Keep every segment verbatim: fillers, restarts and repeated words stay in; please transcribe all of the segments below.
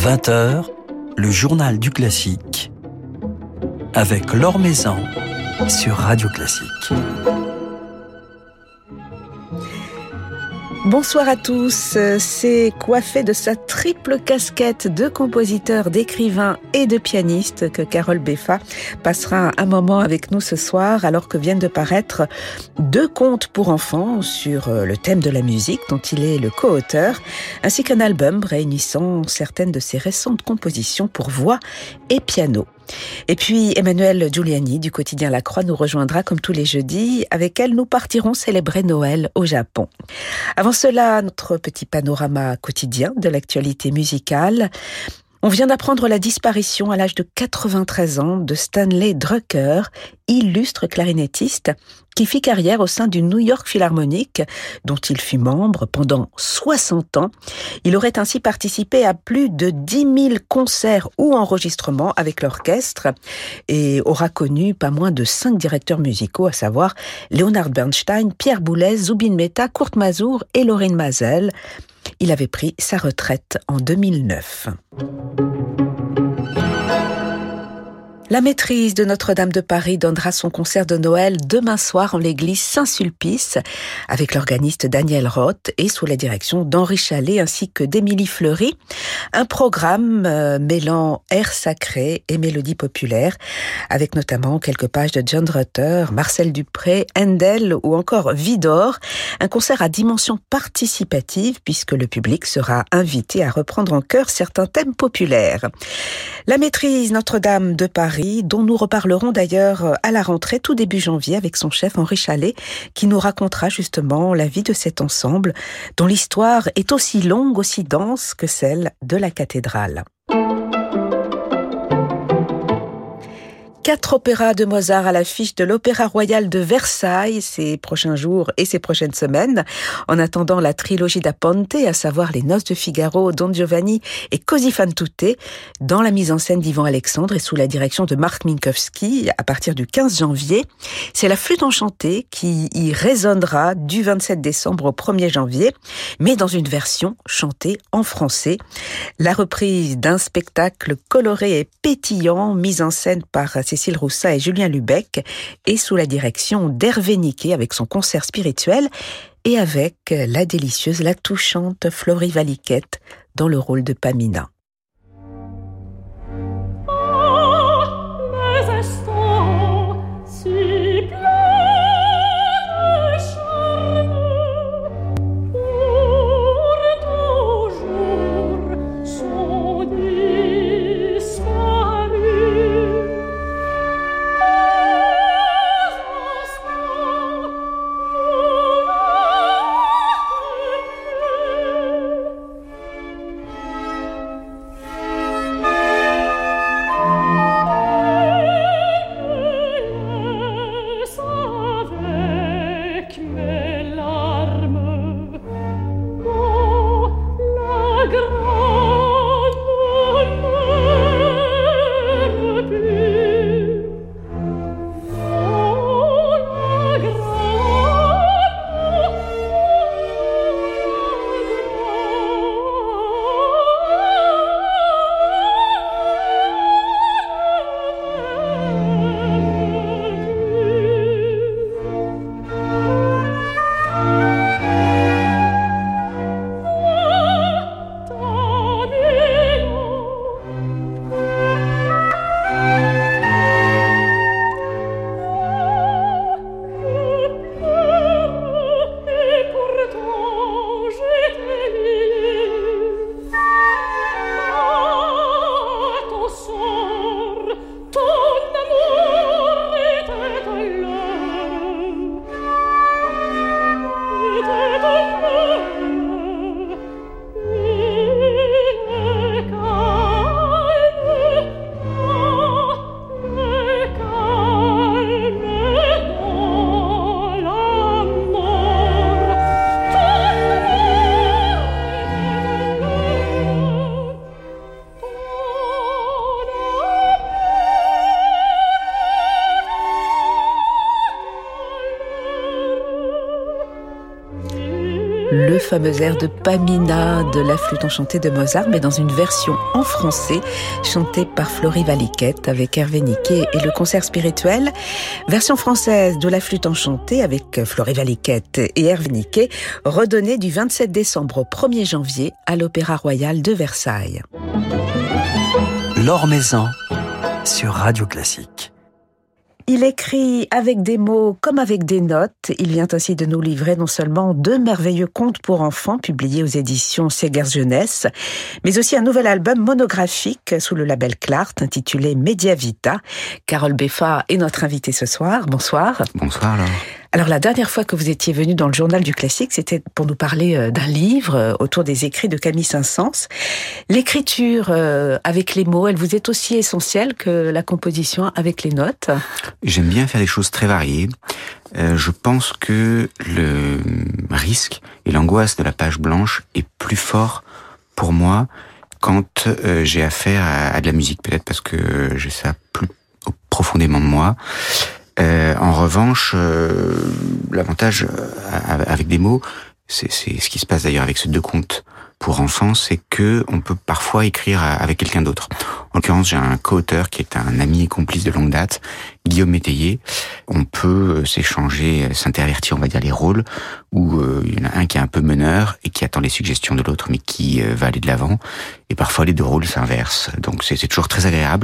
vingt heures, le journal du classique avec Laure Maison sur Radio Classique. Bonsoir à tous. C'est coiffé de sa triple casquette de compositeur, d'écrivain et de pianiste que Carole Beffa passera un moment avec nous ce soir, alors que viennent de paraître deux contes pour enfants sur le thème de la musique dont il est le co-auteur, ainsi qu'un album réunissant certaines de ses récentes compositions pour voix et piano. Et puis Emmanuelle Giuliani du quotidien La Croix nous rejoindra comme tous les jeudis. Avec elle, nous partirons célébrer Noël au Japon. Avant cela, notre petit panorama quotidien de l'actualité musicale. On vient d'apprendre la disparition à l'âge de quatre-vingt-treize ans de Stanley Drucker, illustre clarinettiste, qui fit carrière au sein du New York Philharmonic, dont il fut membre pendant soixante ans. Il aurait ainsi participé à plus de dix mille concerts ou enregistrements avec l'orchestre et aura connu pas moins de cinq directeurs musicaux, à savoir Leonard Bernstein, Pierre Boulez, Zubin Mehta, Kurt Masur et Lorin Maazel. Il avait pris sa retraite en deux mille neuf. La maîtrise de Notre-Dame de Paris donnera son concert de Noël demain soir en l'église Saint-Sulpice avec l'organiste Daniel Roth et sous la direction d'Henri Chalet ainsi que d'Émilie Fleury. Un programme euh, mêlant air sacré et mélodie populaire avec notamment quelques pages de John Rutter, Marcel Dupré, Handel ou encore Widor. Un concert à dimension participative puisque le public sera invité à reprendre en chœur certains thèmes populaires. La maîtrise Notre-Dame de Paris, dont nous reparlerons d'ailleurs à la rentrée tout début janvier avec son chef Henri Chalet, qui nous racontera justement la vie de cet ensemble, dont l'histoire est aussi longue, aussi dense que celle de la cathédrale. Quatre opéras de Mozart à l'affiche de l'Opéra Royal de Versailles ces prochains jours et ces prochaines semaines. En attendant la trilogie da Ponte, à savoir Les Noces de Figaro, Don Giovanni et Così fan tutte, dans la mise en scène d'Ivan Alexandre et sous la direction de Marc Minkowski à partir du quinze janvier. C'est la flûte enchantée qui y résonnera du vingt-sept décembre au premier janvier, mais dans une version chantée en français. La reprise d'un spectacle coloré et pétillant, mis en scène par Cécile Roussat et Julien Lubeck, et sous la direction d'Hervé Niquet avec son concert spirituel et avec la délicieuse, la touchante Florie Valiquette dans le rôle de Pamina. fameux air de Pamina de la flûte enchantée de Mozart, mais dans une version en français, chantée par Flory Valiquette avec Hervé Niquet et le concert spirituel. Version française de la flûte enchantée avec Flory Valiquette et Hervé Niquet, redonnée du vingt-sept décembre au premier janvier à l'Opéra Royal de Versailles. Laure Maison sur Radio Classique. Il écrit avec des mots comme avec des notes. Il vient ainsi de nous livrer non seulement deux merveilleux contes pour enfants publiés aux éditions Segers Jeunesse, mais aussi un nouvel album monographique sous le label Clart intitulé Media Vita. Carole Beffa est notre invitée ce soir. Bonsoir. Bonsoir Laure. Alors la dernière fois que vous étiez venu dans le journal du classique, c'était pour nous parler d'un livre autour des écrits de Camille Saint-Saëns. L'écriture euh, avec les mots, elle vous est aussi essentielle que la composition avec les notes? J'aime bien faire des choses très variées. Euh, je pense que le risque et l'angoisse de la page blanche est plus fort pour moi quand euh, j'ai affaire à, à de la musique, peut-être parce que j'ai ça plus profondément de moi. Euh, en revanche, euh, l'avantage euh, avec des mots, c'est, c'est ce qui se passe d'ailleurs avec ce deux contes pour enfants, c'est que on peut parfois écrire avec quelqu'un d'autre. En l'occurrence, j'ai un co-auteur qui est un ami et complice de longue date, Guillaume Métayer. On peut s'échanger, s'intervertir, on va dire, les rôles, où euh, il y en a un qui est un peu meneur et qui attend les suggestions de l'autre, mais qui euh, va aller de l'avant. Et parfois, les deux rôles s'inversent. Donc, c'est, c'est toujours très agréable.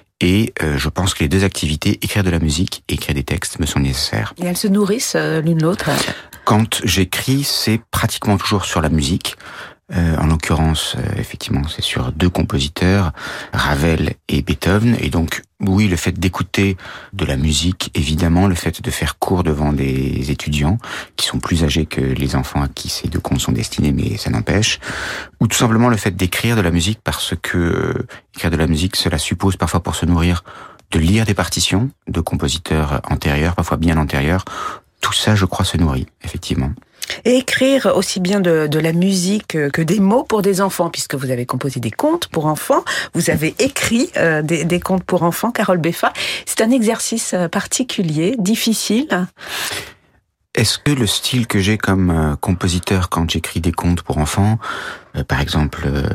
Et euh, je pense que les deux activités, écrire de la musique et écrire des textes, me sont nécessaires. Et elles se nourrissent euh, l'une l'autre? Quand j'écris, c'est pratiquement toujours sur la musique. Euh, en l'occurrence, euh, effectivement, c'est sur deux compositeurs, Ravel et Beethoven. Et donc, oui, le fait d'écouter de la musique, évidemment, le fait de faire cours devant des étudiants qui sont plus âgés que les enfants à qui ces deux contes sont destinés, mais ça n'empêche. Ou tout simplement le fait d'écrire de la musique parce que euh, écrire de la musique, cela suppose parfois pour se nourrir de lire des partitions de compositeurs antérieurs, parfois bien antérieurs. Tout ça, je crois, se nourrit, effectivement. Et écrire aussi bien de, de la musique que des mots pour des enfants, puisque vous avez composé des contes pour enfants, vous avez écrit euh, des, des contes pour enfants, Carole Beffa. C'est un exercice particulier, difficile. Est-ce que le style que j'ai comme euh, compositeur quand j'écris des contes pour enfants, euh, par exemple euh,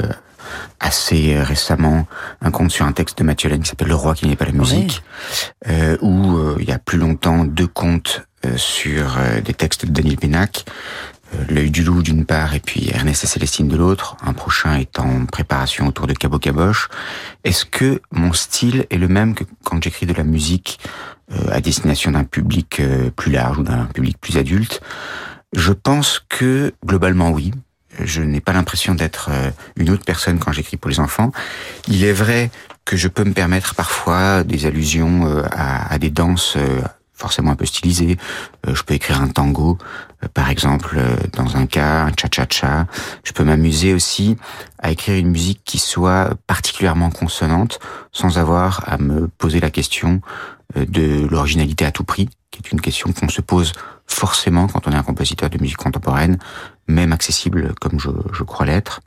assez récemment un conte sur un texte de Mathieu Laine qui s'appelle Le Roi qui n'est pas la musique, oui. euh, ou euh, il y a plus longtemps deux contes euh, sur euh, des textes de Daniel Pénac, euh, L'œil du loup d'une part et puis Ernest et Célestine de l'autre, un prochain est en préparation autour de Cabot-Caboche. Est-ce que mon style est le même que quand j'écris de la musique euh, à destination d'un public euh, plus large ou d'un public plus adulte? Je pense que globalement oui. Je n'ai pas l'impression d'être une autre personne quand j'écris pour les enfants. Il est vrai que je peux me permettre parfois des allusions à, à des danses forcément un peu stylisées. Je peux écrire un tango, par exemple, dans un cas, un cha-cha-cha. Je peux m'amuser aussi à écrire une musique qui soit particulièrement consonante, sans avoir à me poser la question de l'originalité à tout prix, qui est une question qu'on se pose forcément quand on est un compositeur de musique contemporaine, même accessible comme je, je crois l'être.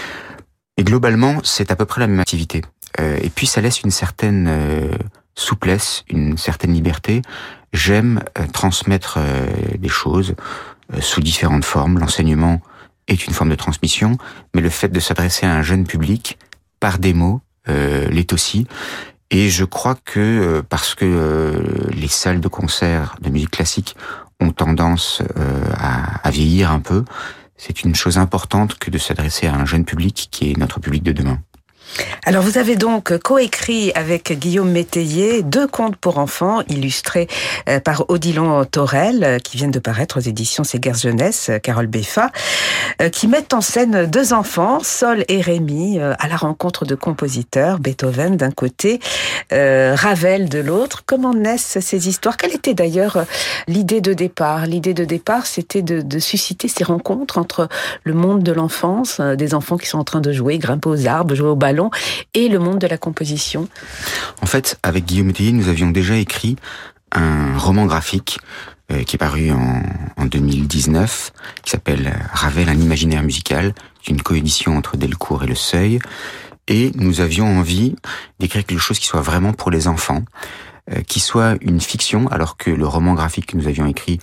Et globalement, c'est à peu près la même activité. Euh, et puis ça laisse une certaine euh, souplesse, une certaine liberté. J'aime euh, transmettre euh, des choses euh, sous différentes formes. L'enseignement est une forme de transmission, mais le fait de s'adresser à un jeune public par des mots euh, l'est aussi. Et je crois que euh, parce que euh, les salles de concert de musique classique ont tendance euh, à, à vieillir un peu, c'est une chose importante que de s'adresser à un jeune public qui est notre public de demain. Alors vous avez donc coécrit avec Guillaume Métayer deux contes pour enfants illustrés par Odilon Torel qui viennent de paraître aux éditions Segers Jeunesse, Carole Beffa, qui mettent en scène deux enfants, Sol et Rémi, à la rencontre de compositeurs, Beethoven d'un côté, euh, Ravel de l'autre. Comment naissent ces histoires? Quelle était d'ailleurs l'idée de départ? L'idée de départ, c'était de, de susciter ces rencontres entre le monde de l'enfance, des enfants qui sont en train de jouer, grimper aux arbres, jouer au ballon, et le monde de la composition. En fait, avec Guillaume Métayer, nous avions déjà écrit un roman graphique euh, qui est paru en, en deux mille dix-neuf, qui s'appelle Ravel, un imaginaire musical, une coédition entre Delcourt et Le Seuil. Et nous avions envie d'écrire quelque chose qui soit vraiment pour les enfants, euh, qui soit une fiction, alors que le roman graphique que nous avions écrit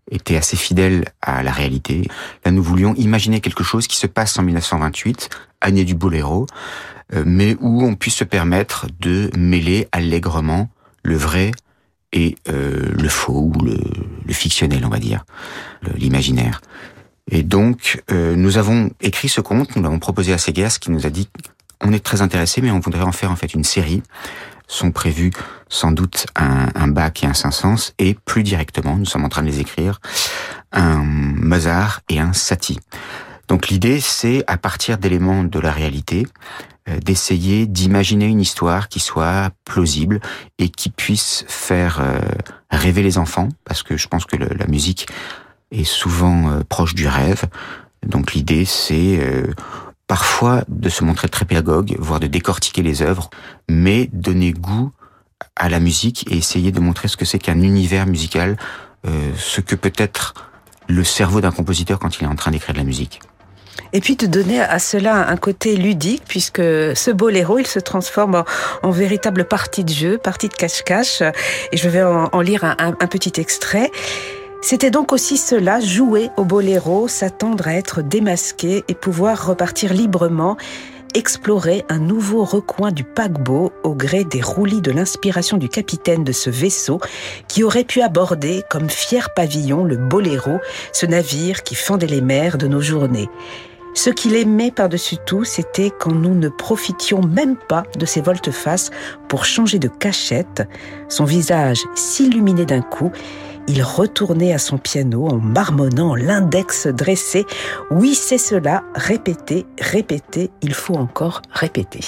était assez fidèle à la réalité. Là, nous voulions imaginer quelque chose qui se passe en dix-neuf cent vingt-huit, année du boléro, euh, mais où on puisse se permettre de mêler allègrement le vrai et euh, le faux, ou le, le fictionnel, on va dire, le, l'imaginaire. Et donc, euh, nous avons écrit ce conte, nous l'avons proposé à Segers, qui nous a dit « on est très intéressés, mais on voudrait en faire en fait une série ». Sont prévus sans doute un, un Bach et un Saint-Saëns, et plus directement, nous sommes en train de les écrire, un Mozart et un Satie. Donc l'idée, c'est, à partir d'éléments de la réalité, euh, d'essayer d'imaginer une histoire qui soit plausible et qui puisse faire euh, rêver les enfants, parce que je pense que le, la musique est souvent euh, proche du rêve. Donc l'idée, c'est euh, parfois de se montrer très pédagogue, voire de décortiquer les œuvres, mais donner goût à la musique et essayer de montrer ce que c'est qu'un univers musical, euh, ce que peut être le cerveau d'un compositeur quand il est en train d'écrire de la musique. Et puis de donner à cela un côté ludique, puisque ce boléro, il se transforme en, en véritable partie de jeu, partie de cache-cache. Et je vais en, en lire un, un, un petit extrait. C'était donc aussi cela, jouer au boléro, s'attendre à être démasqué et pouvoir repartir librement, explorer un nouveau recoin du paquebot au gré des roulis de l'inspiration du capitaine de ce vaisseau qui aurait pu aborder comme fier pavillon le boléro, ce navire qui fendait les mers de nos journées. Ce qu'il aimait par-dessus tout, c'était quand nous ne profitions même pas de ses volte-face pour changer de cachette. Son visage s'illuminait d'un coup. Il retournait à son piano en marmonnant, l'index dressé. Oui, c'est cela, répéter, répéter, il faut encore répéter.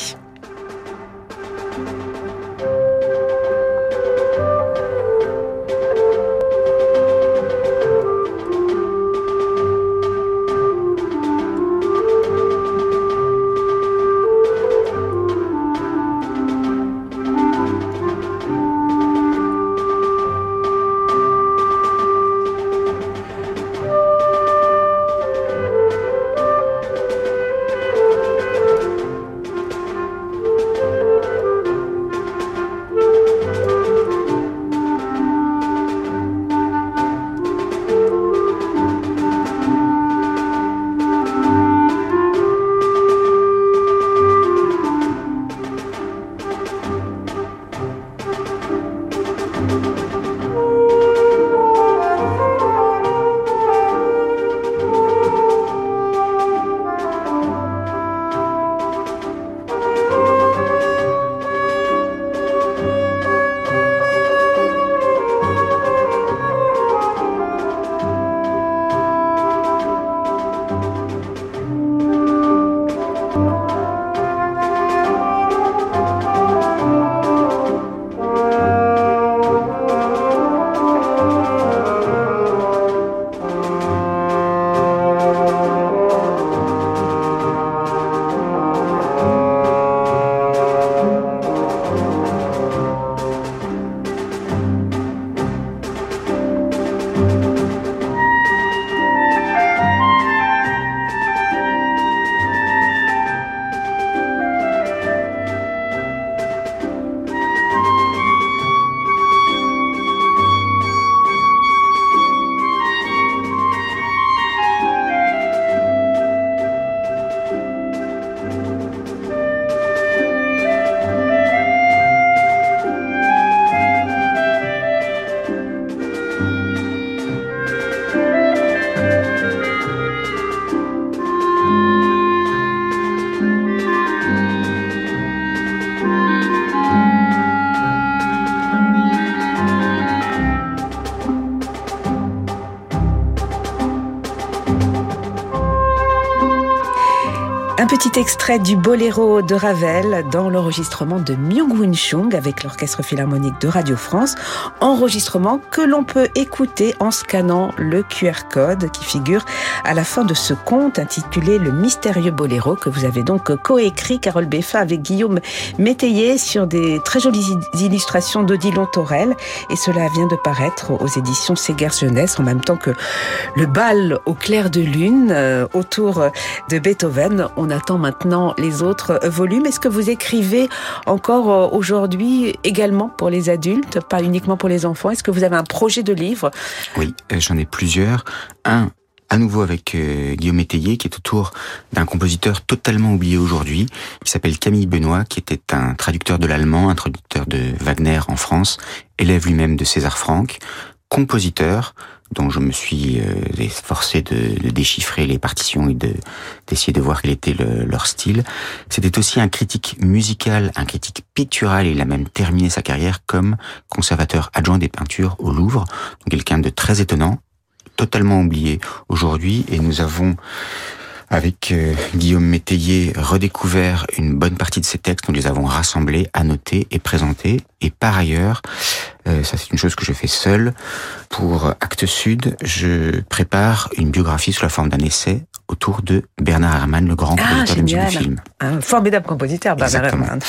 Un petit extrait du Boléro de Ravel dans l'enregistrement de Myung-Whun Chung avec l'Orchestre Philharmonique de Radio France. Enregistrement que l'on peut écouter en scannant le Q R code qui figure à la fin de ce conte intitulé Le Mystérieux Boléro que vous avez donc coécrit, Carole Beffa, avec Guillaume Métayer sur des très jolies illustrations d'Odilon Torel. Et cela vient de paraître aux éditions Segers Jeunesse en même temps que le bal au clair de lune euh, autour de Beethoven. On on attend maintenant les autres volumes. Est-ce que vous écrivez encore aujourd'hui également pour les adultes, pas uniquement pour les enfants? Est-ce que vous avez un projet de livre? Oui, j'en ai plusieurs. Un, à nouveau avec euh, Guillaume Métayer, qui est autour d'un compositeur totalement oublié aujourd'hui, qui s'appelle Camille Benoît, qui était un traducteur de l'allemand, un traducteur de Wagner en France, élève lui-même de César Franck, compositeur, dont je me suis euh, efforcé de, de déchiffrer les partitions et de d'essayer de voir quel était le, leur style. C'était aussi un critique musical, un critique pictural, et il a même terminé sa carrière comme conservateur adjoint des peintures au Louvre, donc quelqu'un de très étonnant, totalement oublié aujourd'hui, et nous avons, avec euh, Guillaume Métayer, redécouvert une bonne partie de ces textes. Nous les avons rassemblés, annotés et présentés. Et par ailleurs, euh, ça c'est une chose que je fais seul, pour Actes Sud, je prépare une biographie sous la forme d'un essai autour de Bernard Herrmann, le grand ah, compositeur de musique du film. Un formidable compositeur, Bernard Exactement. Herrmann.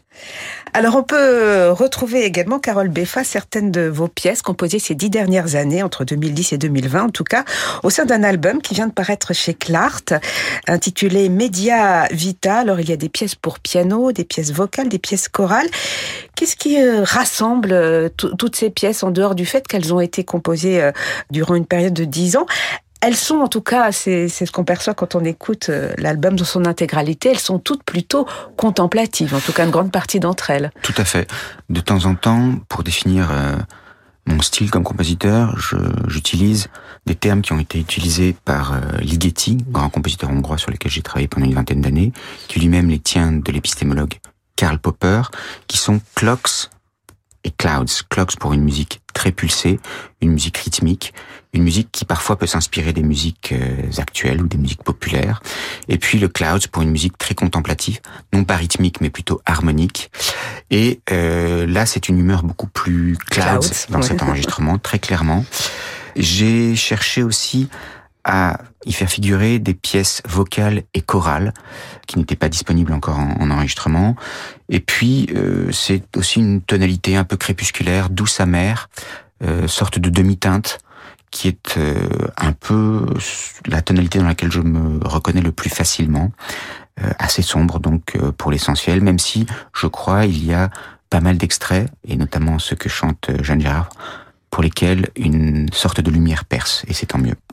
Alors on peut retrouver également, Carole Beffa, certaines de vos pièces composées ces dix dernières années, entre deux mille dix et deux mille vingt en tout cas, au sein d'un album qui vient de paraître chez Clart, intitulé Media Vita. Alors il y a des pièces pour piano, des pièces vocales, des pièces chorales. Qu'est-ce qui rassemble toutes ces pièces, en dehors du fait qu'elles ont été composées durant une période de dix ans? Elles sont, en tout cas, c'est, c'est ce qu'on perçoit quand on écoute l'album dans son intégralité, elles sont toutes plutôt contemplatives, en tout cas une grande partie d'entre elles. Tout à fait. De temps en temps, pour définir euh, mon style comme compositeur, je, j'utilise des termes qui ont été utilisés par euh, Ligeti, grand compositeur hongrois sur lequel j'ai travaillé pendant une vingtaine d'années, qui lui-même les tient de l'épistémologue Karl Popper, qui sont clocks et clouds. Clocks pour une musique très pulsée, une musique rythmique, une musique qui parfois peut s'inspirer des musiques euh, actuelles ou des musiques populaires. Et puis le clouds pour une musique très contemplative, non pas rythmique mais plutôt harmonique. Et euh, là, c'est une humeur beaucoup plus clouds, clouds dans ouais. cet enregistrement, très clairement. J'ai cherché aussi à y faire figurer des pièces vocales et chorales qui n'étaient pas disponibles encore en, en enregistrement. Et puis, euh, c'est aussi une tonalité un peu crépusculaire, douce amère, euh, sorte de demi-teinte, qui est euh, un peu la tonalité dans laquelle je me reconnais le plus facilement, euh, assez sombre donc euh, pour l'essentiel, même si, je crois, il y a pas mal d'extraits, et notamment ceux que chante Jeanne Gérard, pour lesquels une sorte de lumière perce, et c'est tant mieux.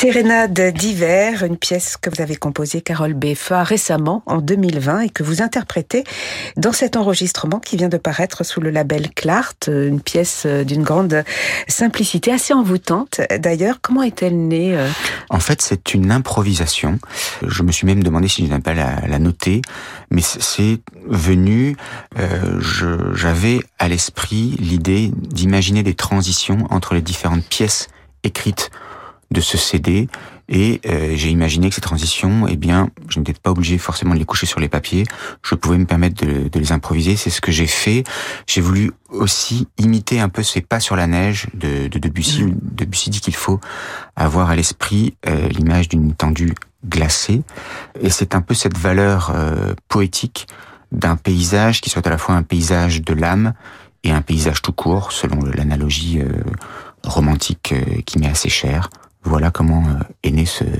Sérénade d'hiver, une pièce que vous avez composée, Carole Beffa, récemment, en deux mille vingt, et que vous interprétez dans cet enregistrement qui vient de paraître sous le label Clart, une pièce d'une grande simplicité, assez envoûtante. D'ailleurs, comment est-elle née ? En fait, c'est une improvisation. Je me suis même demandé si je n'avais pas la, la noter, mais c'est venu, euh, je, j'avais à l'esprit l'idée d'imaginer des transitions entre les différentes pièces écrites de ce C D, et euh, j'ai imaginé que ces transitions, eh bien, je n'étais pas obligé forcément de les coucher sur les papiers, je pouvais me permettre de, de les improviser, c'est ce que j'ai fait. J'ai voulu aussi imiter un peu ces pas sur la neige de, de Debussy. Mmh. Debussy dit qu'il faut avoir à l'esprit euh, l'image d'une étendue glacée, et c'est un peu cette valeur euh, poétique d'un paysage qui soit à la fois un paysage de l'âme et un paysage tout court, selon l'analogie euh, romantique euh, qui m'est assez chère. Voilà comment est né ce,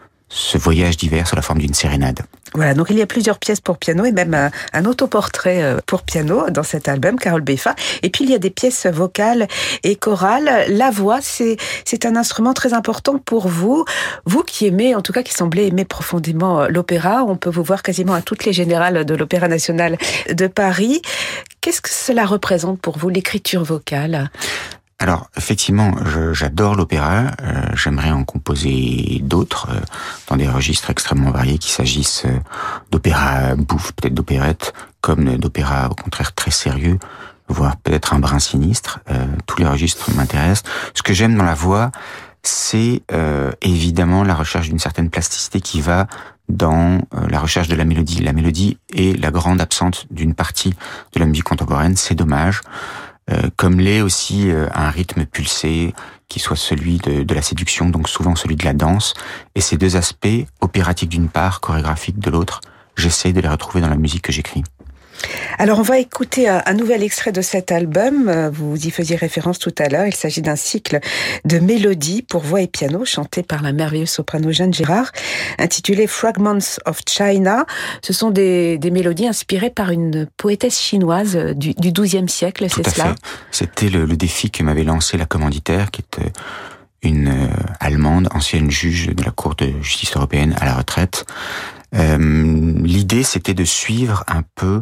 ce voyage d'hiver sous la forme d'une sérénade. Voilà, donc il y a plusieurs pièces pour piano et même un, un autoportrait pour piano dans cet album, Carole Beffa. Et puis il y a des pièces vocales et chorales. La voix, c'est, c'est un instrument très important pour vous. Vous qui aimez, en tout cas qui semblez aimer profondément l'opéra, on peut vous voir quasiment à toutes les générales de l'Opéra national de Paris. Qu'est-ce que cela représente pour vous, l'écriture vocale ? Alors, effectivement, je, j'adore l'opéra, euh, j'aimerais en composer d'autres, euh, dans des registres extrêmement variés, qu'il s'agisse euh, d'opéra bouffe, peut-être d'opérette, comme d'opéra au contraire très sérieux, voire peut-être un brin sinistre. Euh, tous les registres m'intéressent. Ce que j'aime dans la voix, c'est euh, évidemment la recherche d'une certaine plasticité qui va dans euh, la recherche de la mélodie. La mélodie est la grande absente d'une partie de la musique contemporaine, c'est dommage. Euh, comme l'est aussi euh, un rythme pulsé qui soit celui de, de la séduction, donc souvent celui de la danse. Et ces deux aspects, opératiques d'une part, chorégraphiques de l'autre, j'essaie de les retrouver dans la musique que j'écris. Alors on va écouter un, un nouvel extrait de cet album, vous y faisiez référence tout à l'heure, il s'agit d'un cycle de mélodies pour voix et piano chanté par la merveilleuse soprano Jeanne Gérard, intitulé Fragments of China. Ce sont des, des mélodies inspirées par une poétesse chinoise du, du douzième siècle, tout c'est cela ? Fait. C'était le, le défi que m'avait lancé la commanditaire, qui est une euh, Allemande, ancienne juge de la Cour de justice européenne à la retraite. Euh, l'idée, c'était de suivre un peu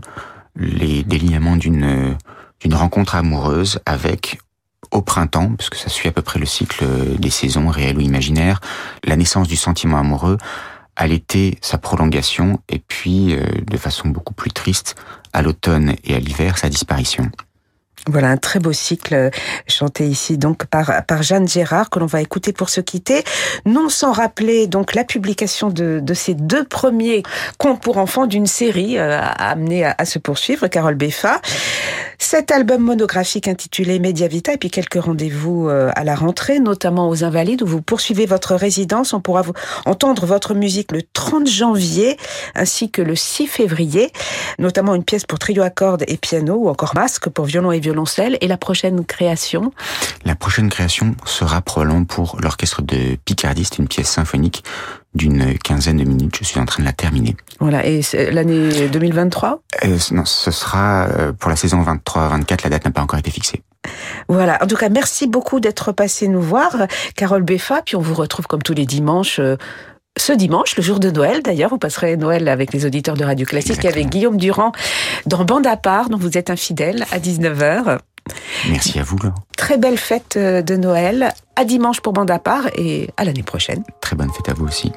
les délinéaments d'une d'une rencontre amoureuse avec, au printemps, parce que ça suit à peu près le cycle des saisons, réelles ou imaginaires, la naissance du sentiment amoureux, à l'été, sa prolongation, et puis, euh, de façon beaucoup plus triste, à l'automne et à l'hiver, sa disparition. Voilà un très beau cycle chanté ici donc par par Jeanne Gérard que l'on va écouter pour se quitter, non sans rappeler donc la publication de de ces deux premiers contes pour enfants d'une série euh, amenée à, à se poursuivre, Carole Beffa. Cet album monographique intitulé Media Vita et puis quelques rendez-vous à la rentrée, notamment aux Invalides où vous poursuivez votre résidence. On pourra vous entendre votre musique le trente janvier ainsi que le six février, notamment une pièce pour trio à cordes et piano ou encore masque pour violon et violoncelle. Et la prochaine création ? La prochaine création sera probablement pour l'orchestre de Picardie, c'est une pièce symphonique d'une quinzaine de minutes. Je suis en train de la terminer. Voilà, et c'est l'année deux mille vingt-trois ? euh, Non, ce sera pour la saison vingt-trois vingt-quatre, la date n'a pas encore été fixée. Voilà, en tout cas, merci beaucoup d'être passé nous voir, Carole Beffa, puis on vous retrouve comme tous les dimanches... Euh Ce dimanche, le jour de Noël, d'ailleurs, vous passerez Noël avec les auditeurs de Radio Classique. Exactement. Et avec Guillaume Durand dans Bande à part, dont vous êtes un fidèle, à dix-neuf heures. Merci à vous, Laure. Très belle fête de Noël. À dimanche pour Bande à part et à l'année prochaine. Très bonne fête à vous aussi.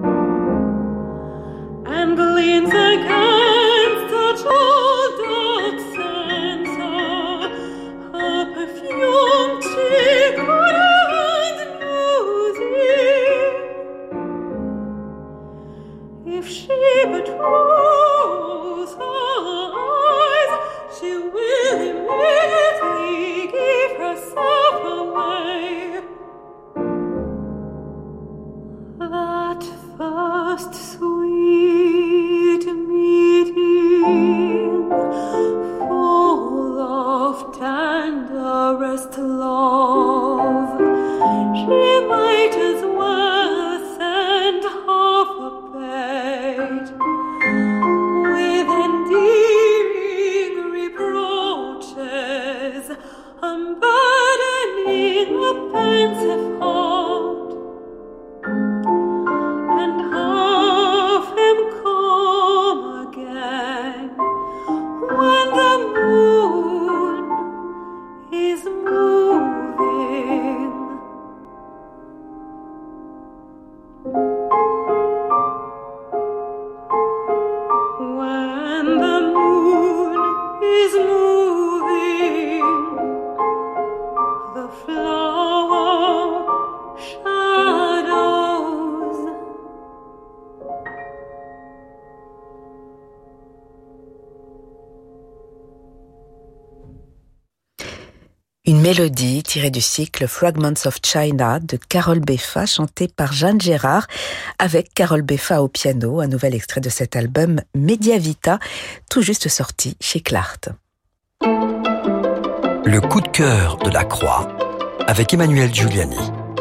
Leans against the shoulder. love, she might as well send half a page with endearing reproaches, unburdening a pensive heart, and half him come again when the moon is moving. When the moon is moving, the flower shadows. Une mélodie tirée du cycle Fragments of China de Carole Beffa, chantée par Jeanne Gérard, avec Carole Beffa au piano, un nouvel extrait de cet album Media Vita, tout juste sorti chez Clart. Le coup de cœur de la Croix, avec Emmanuelle Giuliani.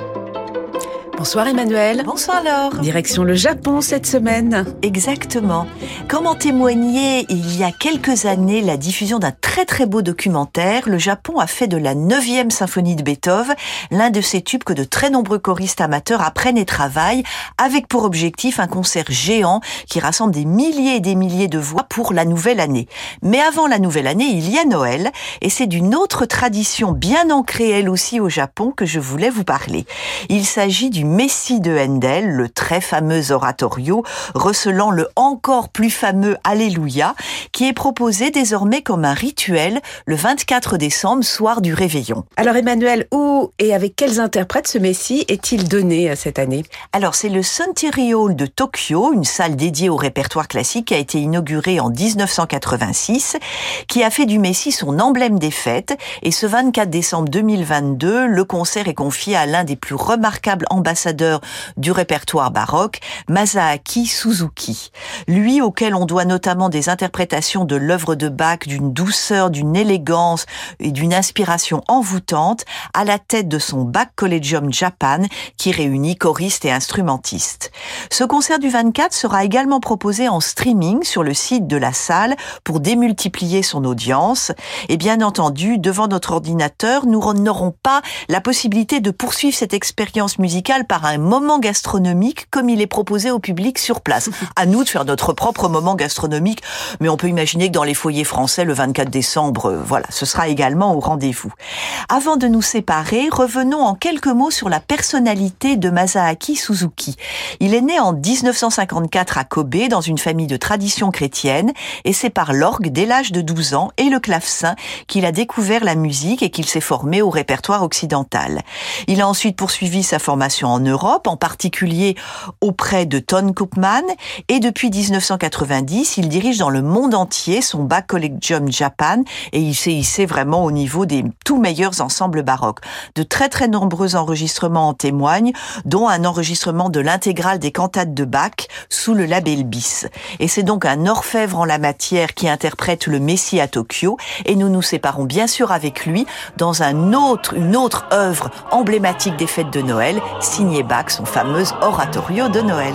Bonsoir Emmanuelle. Bonsoir Laure. Direction le Japon cette semaine. Exactement. Comme en témoignait il y a quelques années la diffusion d'un très très beau documentaire, le Japon a fait de la neuvième symphonie de Beethoven l'un de ces tubes que de très nombreux choristes amateurs apprennent et travaillent, avec pour objectif un concert géant qui rassemble des milliers et des milliers de voix pour la nouvelle année. Mais avant la nouvelle année, il y a Noël, et c'est d'une autre tradition bien ancrée elle aussi au Japon que je voulais vous parler. Il s'agit du Messie de Handel, le très fameux oratorio recelant le encore plus fameux Alléluia, qui est proposé désormais comme un rituel le vingt-quatre décembre, soir du réveillon. Alors Emmanuelle, où et avec quels interprètes ce Messie est-il donné cette année ? Alors c'est le Suntory Hall de Tokyo, une salle dédiée au répertoire classique qui a été inaugurée en dix-neuf cent quatre-vingt-six, qui a fait du Messie son emblème des fêtes, et ce vingt-quatre décembre deux mille vingt-deux, le concert est confié à l'un des plus remarquables ambassadeurs du répertoire baroque, Masaaki Suzuki. Lui, auquel on doit notamment des interprétations de l'œuvre de Bach d'une douceur, d'une élégance et d'une inspiration envoûtante, à la tête de son Bach Collegium Japan, qui réunit choristes et instrumentistes. Ce concert du vingt-quatre sera également proposé en streaming sur le site de la salle pour démultiplier son audience. Et bien entendu, devant notre ordinateur, nous n'aurons pas la possibilité de poursuivre cette expérience musicale par un moment gastronomique comme il est proposé au public sur place. À nous de faire notre propre moment gastronomique, mais on peut imaginer que dans les foyers français, le vingt-quatre décembre, euh, voilà, ce sera également au rendez-vous. Avant de nous séparer, revenons en quelques mots sur la personnalité de Masaaki Suzuki. Il est né en dix-neuf cent cinquante-quatre à Kobe, dans une famille de tradition chrétienne, et c'est par l'orgue dès l'âge de douze ans et le clavecin qu'il a découvert la musique et qu'il s'est formé au répertoire occidental. Il a ensuite poursuivi sa formation en Europe, en particulier auprès de Ton Koopman, et depuis dix-neuf cent quatre-vingt-dix, il dirige dans le monde entier son Bach Collegium Japan, et il s'est hissé vraiment au niveau des tout meilleurs ensembles baroques. De très très nombreux enregistrements en témoignent, dont un enregistrement de l'intégrale des cantates de Bach sous le label Bis. Et c'est donc un orfèvre en la matière qui interprète le Messie à Tokyo, et nous nous séparons bien sûr avec lui dans un autre, une autre œuvre emblématique des fêtes de Noël, signé Bach, son fameux oratorio de Noël.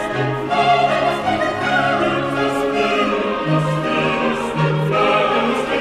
Thank you.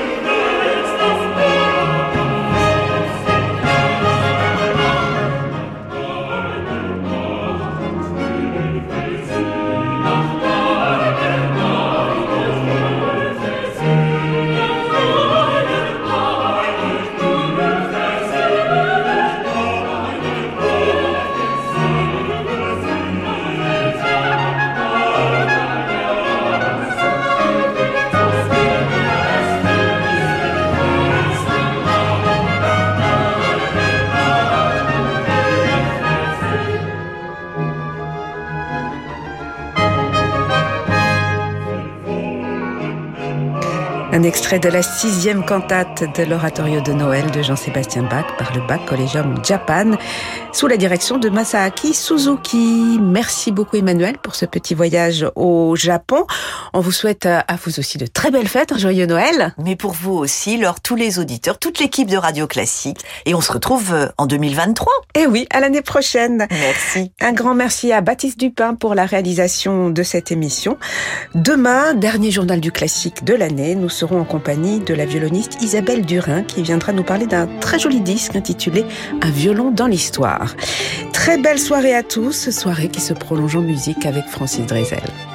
Un extrait de la sixième cantate de l'oratorio de Noël de Jean-Sébastien Bach par le Bach Collegium Japan, sous la direction de Masaaki Suzuki. Merci beaucoup Emmanuel pour ce petit voyage au Japon. On vous souhaite à vous aussi de très belles fêtes, un joyeux Noël. Mais pour vous aussi, Laure, tous les auditeurs, toute l'équipe de Radio Classique. Et on se retrouve en deux mille vingt-trois. Et oui, à l'année prochaine. Merci. Un grand merci à Baptiste Dupin pour la réalisation de cette émission. Demain, dernier journal du classique de l'année, nous serons en compagnie de la violoniste Isabelle Durin qui viendra nous parler d'un très joli disque intitulé Un violon dans l'histoire. Très belle soirée à tous, soirée qui se prolonge en musique avec Francis Drezel.